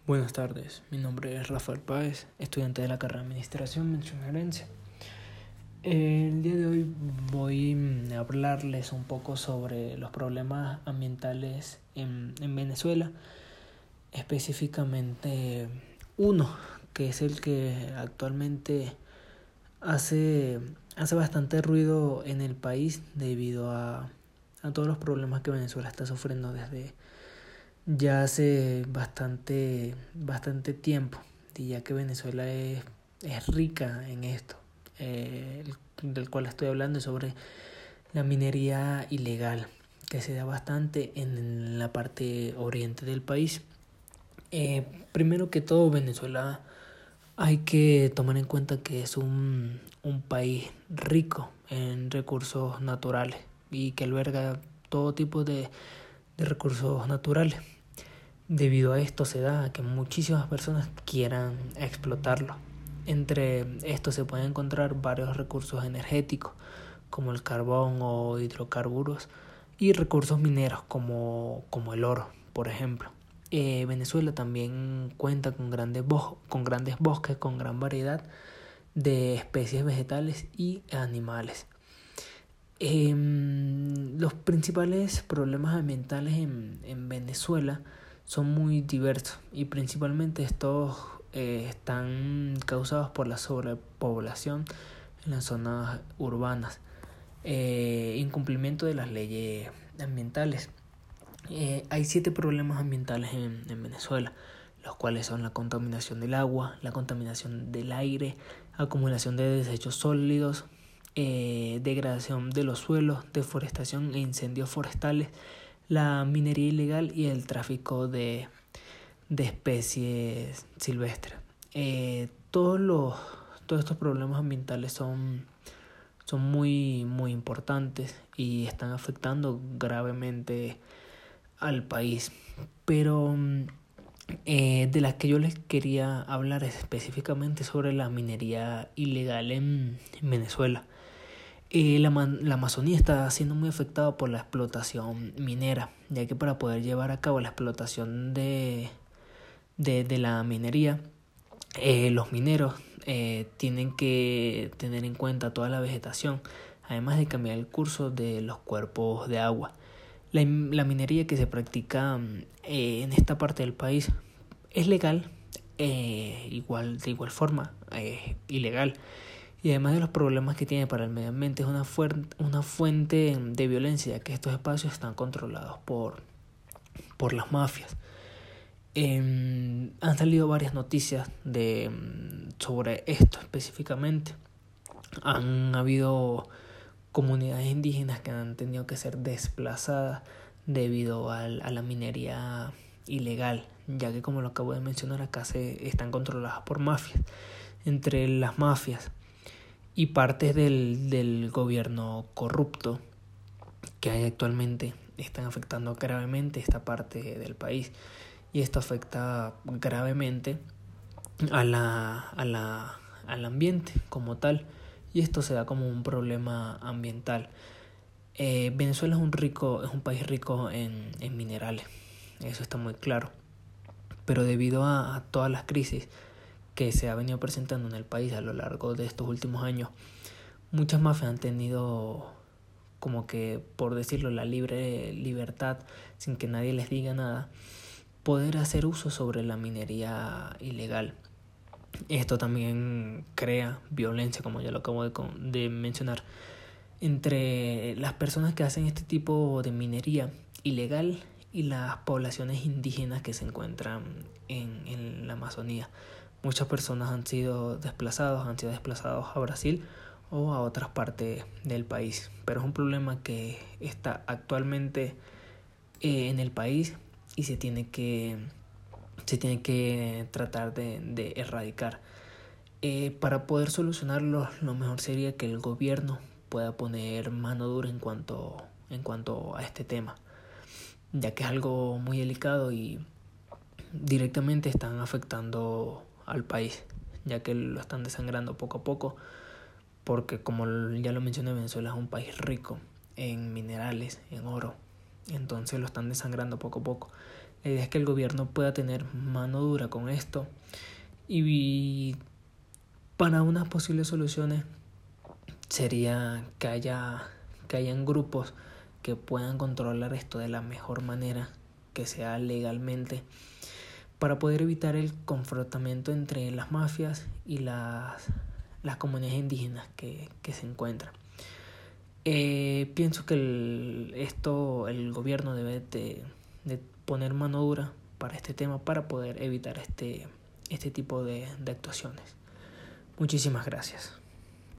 Buenas tardes, mi nombre es Rafael Páez, estudiante de la carrera de Administración, Mención Gerencia. El día de hoy voy a hablarles un poco sobre los problemas ambientales en Venezuela, específicamente uno, que es el que actualmente hace bastante ruido en el país debido a todos los problemas que Venezuela está sufriendo desde ya hace bastante tiempo, y ya que Venezuela es rica en esto. Del cual estoy hablando es sobre la minería ilegal, que se da bastante en la parte oriente del país. Primero que todo, Venezuela hay que tomar en cuenta que es un país rico en recursos naturales y que alberga todo tipo de recursos naturales. Debido a esto se da que muchísimas personas quieran explotarlo. Entre estos se pueden encontrar varios recursos energéticos como el carbón o hidrocarburos y recursos mineros como el oro, por ejemplo. Venezuela también cuenta con grandes bosques con gran variedad de especies vegetales y animales. Los principales problemas ambientales en Venezuela son muy diversos y principalmente estos están causados por la sobrepoblación en las zonas urbanas, incumplimiento de las leyes ambientales. Hay 7 problemas ambientales en Venezuela, los cuales son la contaminación del agua, la contaminación del aire, acumulación de desechos sólidos, degradación de los suelos, deforestación e incendios forestales, la minería ilegal y el tráfico de especies silvestres. Todos estos problemas ambientales son muy importantes y están afectando gravemente al país. Pero de las que yo les quería hablar es específicamente sobre la minería ilegal en Venezuela. La Amazonía está siendo muy afectada por la explotación minera, ya que para poder llevar a cabo la explotación de la minería, los mineros tienen que tener en cuenta toda la vegetación, además de cambiar el curso de los cuerpos de agua. La minería que se practica en esta parte del país es legal, de igual forma ilegal. Y además de los problemas que tiene para el medio ambiente, es una fuente de violencia, ya que estos espacios están controlados por las mafias. Han salido varias noticias sobre esto específicamente. Han habido comunidades indígenas que han tenido que ser desplazadas debido a la minería ilegal, ya que, como lo acabo de mencionar, acá están controladas por mafias. Entre las mafias y partes del gobierno corrupto que hay actualmente están afectando gravemente esta parte del país, y esto afecta gravemente al ambiente como tal, y esto se da como un problema ambiental. Venezuela es un país rico en minerales, eso está muy claro, pero debido a todas las crisis que se ha venido presentando en el país a lo largo de estos últimos años, muchas mafias han tenido, como que, por decirlo, la libertad, sin que nadie les diga nada, poder hacer uso sobre la minería ilegal. Esto también crea violencia, como ya lo acabo de mencionar, entre las personas que hacen este tipo de minería ilegal y las poblaciones indígenas que se encuentran en la Amazonía. Muchas personas han sido desplazados a Brasil o a otras partes del país, pero es un problema que está actualmente en el país y se tiene que tratar de erradicar. Para poder solucionarlo, lo mejor sería que el gobierno pueda poner mano dura en cuanto a este tema, ya que es algo muy delicado y directamente están afectando al país, ya que lo están desangrando poco a poco, porque, como ya lo mencioné, Venezuela es un país rico en minerales, en oro, entonces lo están desangrando poco a poco. La idea es que el gobierno pueda tener mano dura con esto y para unas posibles soluciones sería que hayan grupos que puedan controlar esto de la mejor manera, que sea legalmente, para poder evitar el confrontamiento entre las mafias y las comunidades indígenas que se encuentran. Pienso que el gobierno debe de poner mano dura para este tema para poder evitar este tipo de actuaciones. Muchísimas gracias.